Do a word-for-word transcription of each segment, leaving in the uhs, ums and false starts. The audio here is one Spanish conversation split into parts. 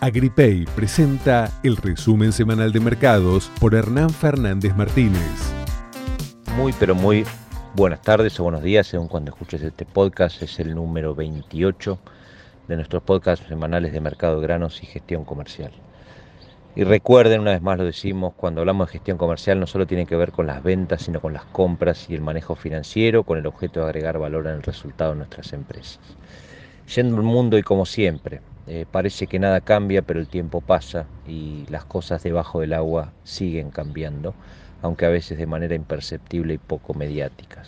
Agripay presenta el resumen semanal de mercados por Hernán Fernández Martínez. Muy pero muy buenas tardes o buenos días según cuando escuches este podcast. Es el número veintiocho de nuestros podcasts semanales de mercado de granos y gestión comercial. Y recuerden, una vez más lo decimos, cuando hablamos de gestión comercial no solo tiene que ver con las ventas, sino con las compras y el manejo financiero, con el objeto de agregar valor en el resultado de nuestras empresas. Yendo al mundo y como siempre, eh, parece que nada cambia, pero el tiempo pasa y las cosas debajo del agua siguen cambiando, aunque a veces de manera imperceptible y poco mediáticas.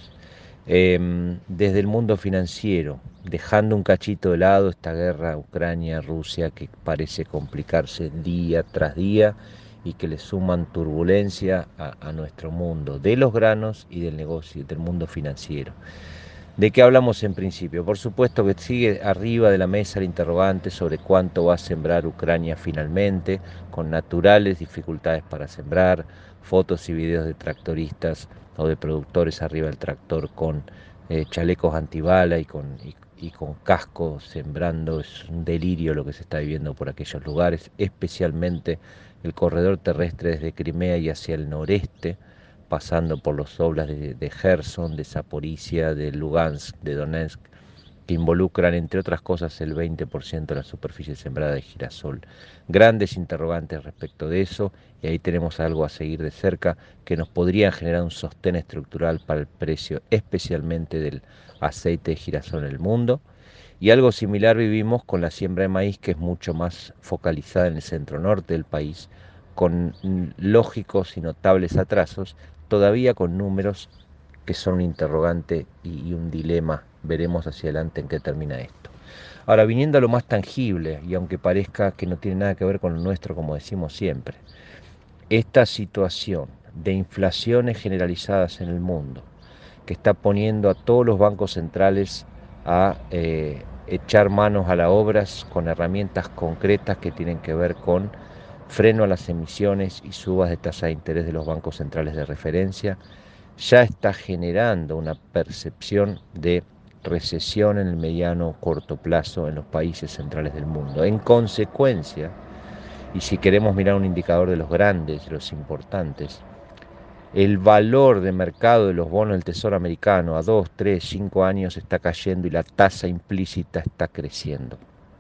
Eh, desde el mundo financiero, dejando un cachito de lado esta guerra Ucrania-Rusia que parece complicarse día tras día y que le suman turbulencia a, a nuestro mundo, de los granos y del negocio, del mundo financiero. ¿De qué hablamos en principio? Por supuesto que sigue arriba de la mesa el interrogante sobre cuánto va a sembrar Ucrania finalmente, con naturales dificultades para sembrar, fotos y videos de tractoristas o de productores arriba del tractor con eh, chalecos antibala y con, y, y con casco sembrando. Es un delirio lo que se está viviendo por aquellos lugares, especialmente el corredor terrestre desde Crimea y hacia el noreste, pasando por los oblas de, de Gerson, de Zaporizhia, de Lugansk, de Donetsk, que involucran, entre otras cosas, el veinte por ciento de la superficie sembrada de girasol. Grandes interrogantes respecto de eso, y ahí tenemos algo a seguir de cerca que nos podría generar un sostén estructural para el precio, especialmente del aceite de girasol en el mundo. Y algo similar vivimos con la siembra de maíz, que es mucho más focalizada en el centro-norte del país, con lógicos y notables atrasos, todavía con números que son un interrogante y un dilema. Veremos hacia adelante en qué termina esto. Ahora, viniendo a lo más tangible, y aunque parezca que no tiene nada que ver con lo nuestro, como decimos siempre, esta situación de inflaciones generalizadas en el mundo, que está poniendo a todos los bancos centrales a eh, echar manos a las obras con herramientas concretas que tienen que ver con freno a las emisiones y subas de tasa de interés de los bancos centrales de referencia, ya está generando una percepción de recesión en el mediano o corto plazo en los países centrales del mundo. En consecuencia, y si queremos mirar un indicador de los grandes, de los importantes, el valor de mercado de los bonos del Tesoro americano a dos, tres, cinco años está cayendo y la tasa implícita está creciendo.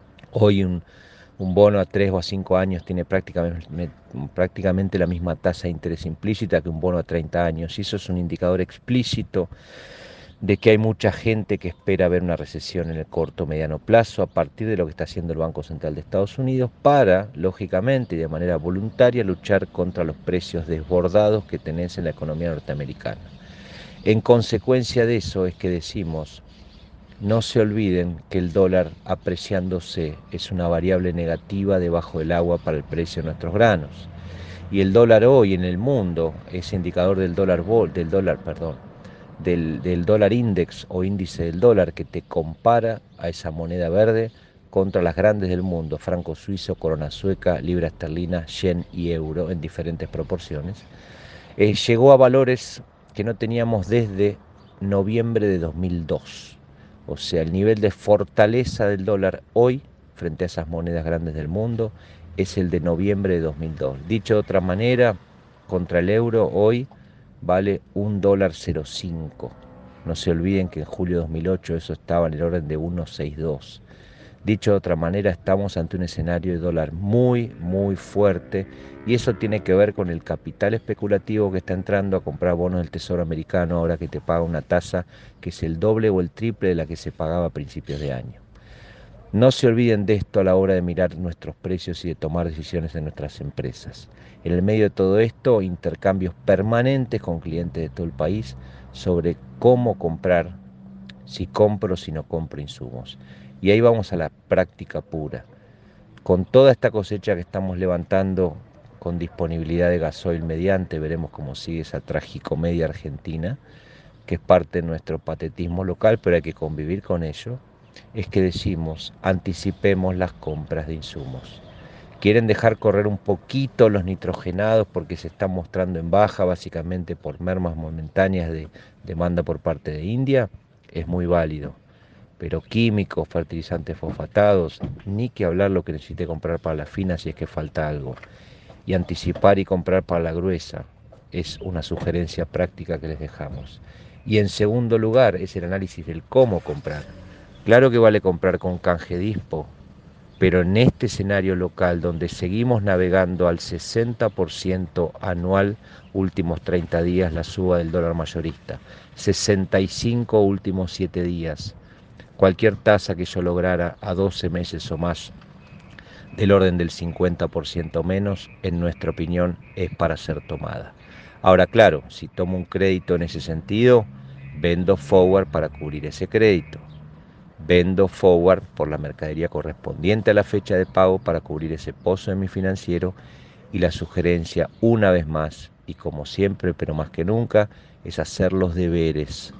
Hoy un, un bono a tres o a cinco años tiene prácticamente, prácticamente la misma tasa de interés implícita que un bono a treinta años, y eso es un indicador explícito de que hay mucha gente que espera ver una recesión en el corto o mediano plazo a partir de lo que está haciendo el Banco Central de Estados Unidos para, lógicamente y de manera voluntaria, luchar contra los precios desbordados que tenés en la economía norteamericana. En consecuencia de eso es que decimos, no se olviden que el dólar apreciándose es una variable negativa debajo del agua para el precio de nuestros granos. Y el dólar hoy en el mundo, ese indicador del dólar vol, del dólar, perdón, del, del dólar index o índice del dólar que te compara a esa moneda verde contra las grandes del mundo, franco suizo, corona sueca, libra esterlina, yen y euro en diferentes proporciones, eh, llegó a valores que no teníamos desde noviembre de dos mil dos. O sea, el nivel de fortaleza del dólar hoy frente a esas monedas grandes del mundo es el de noviembre de dos mil dos. Dicho de otra manera, contra el euro hoy vale un dólar cero cinco. No se olviden que en julio de dos mil ocho eso estaba en el orden de uno sesenta y dos. Dicho de otra manera, estamos ante un escenario de dólar muy, muy fuerte, y eso tiene que ver con el capital especulativo que está entrando a comprar bonos del Tesoro americano ahora que te paga una tasa que es el doble o el triple de la que se pagaba a principios de año. No se olviden de esto a la hora de mirar nuestros precios y de tomar decisiones en nuestras empresas. En el medio de todo esto, intercambios permanentes con clientes de todo el país sobre cómo comprar, si compro o si no compro insumos. Y ahí vamos a la práctica pura. Con toda esta cosecha que estamos levantando con disponibilidad de gasoil mediante, veremos cómo sigue esa tragicomedia argentina, que es parte de nuestro patetismo local, pero hay que convivir con ello, es que decimos, anticipemos las compras de insumos. Quieren dejar correr un poquito los nitrogenados porque se están mostrando en baja, básicamente por mermas momentáneas de demanda por parte de India, es muy válido. pero químicos, fertilizantes fosfatados, ni que hablar lo que necesite comprar para la fina si es que falta algo. Y anticipar y comprar para la gruesa es una sugerencia práctica que les dejamos. Y en segundo lugar es el análisis del cómo comprar. Claro que vale comprar con canje dispo, pero en este escenario local donde seguimos navegando al sesenta por ciento anual últimos treinta días la suba del dólar mayorista, sesenta y cinco últimos siete días, cualquier tasa que yo lograra a doce meses o más del orden del cincuenta por ciento menos, en nuestra opinión, es para ser tomada. Ahora, claro, si tomo un crédito en ese sentido, vendo forward para cubrir ese crédito. Vendo forward por la mercadería correspondiente a la fecha de pago para cubrir ese pozo en mi financiero, y la sugerencia, una vez más, y como siempre, pero más que nunca, es hacer los deberes.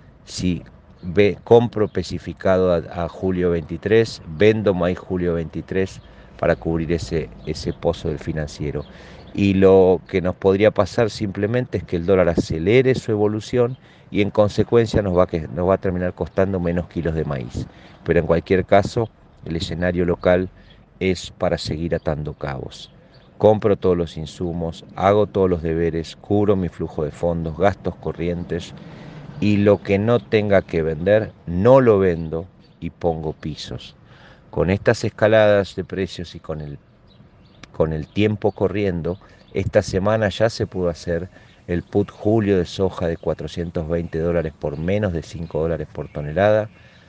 Si ve, compro especificado a, a julio veintitrés, vendo maíz julio veintitrés para cubrir ese, ese pozo del financiero. Y lo que nos podría pasar simplemente es que el dólar acelere su evolución y en consecuencia nos va, a, que, nos va a terminar costando menos kilos de maíz. Pero en cualquier caso, el escenario local es para seguir atando cabos. Compro todos los insumos, hago todos los deberes, cubro mi flujo de fondos, gastos corrientes, y lo que no tenga que vender, no lo vendo y pongo pisos. Con estas escaladas de precios y con el, con el tiempo corriendo, esta semana ya se pudo hacer el put julio de soja de cuatrocientos veinte dólares por menos de cinco dólares por tonelada,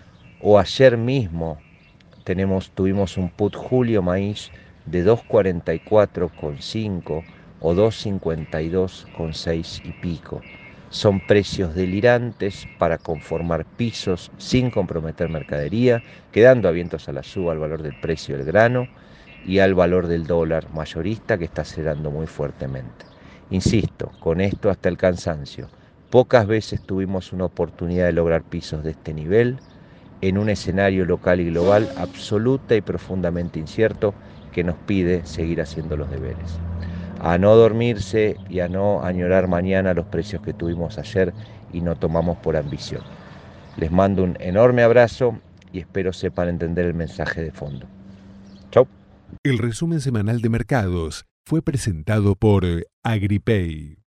o ayer mismo tenemos, tuvimos un put julio maíz de dos cuarenta y cuatro con cinco o dos cincuenta y dos con seis y pico. Son precios delirantes para conformar pisos sin comprometer mercadería, quedando abiertos a la suba al valor del precio del grano y al valor del dólar mayorista, que está acelerando muy fuertemente. Insisto, con esto hasta el cansancio. Pocas veces tuvimos una oportunidad de lograr pisos de este nivel en un escenario local y global absoluta y profundamente incierto que nos pide seguir haciendo los deberes. A no dormirse y a no añorar mañana los precios que tuvimos ayer y no tomamos por ambición. Les mando un enorme abrazo y espero sepan entender el mensaje de fondo. Chau. El resumen semanal de mercados fue presentado por Agripay.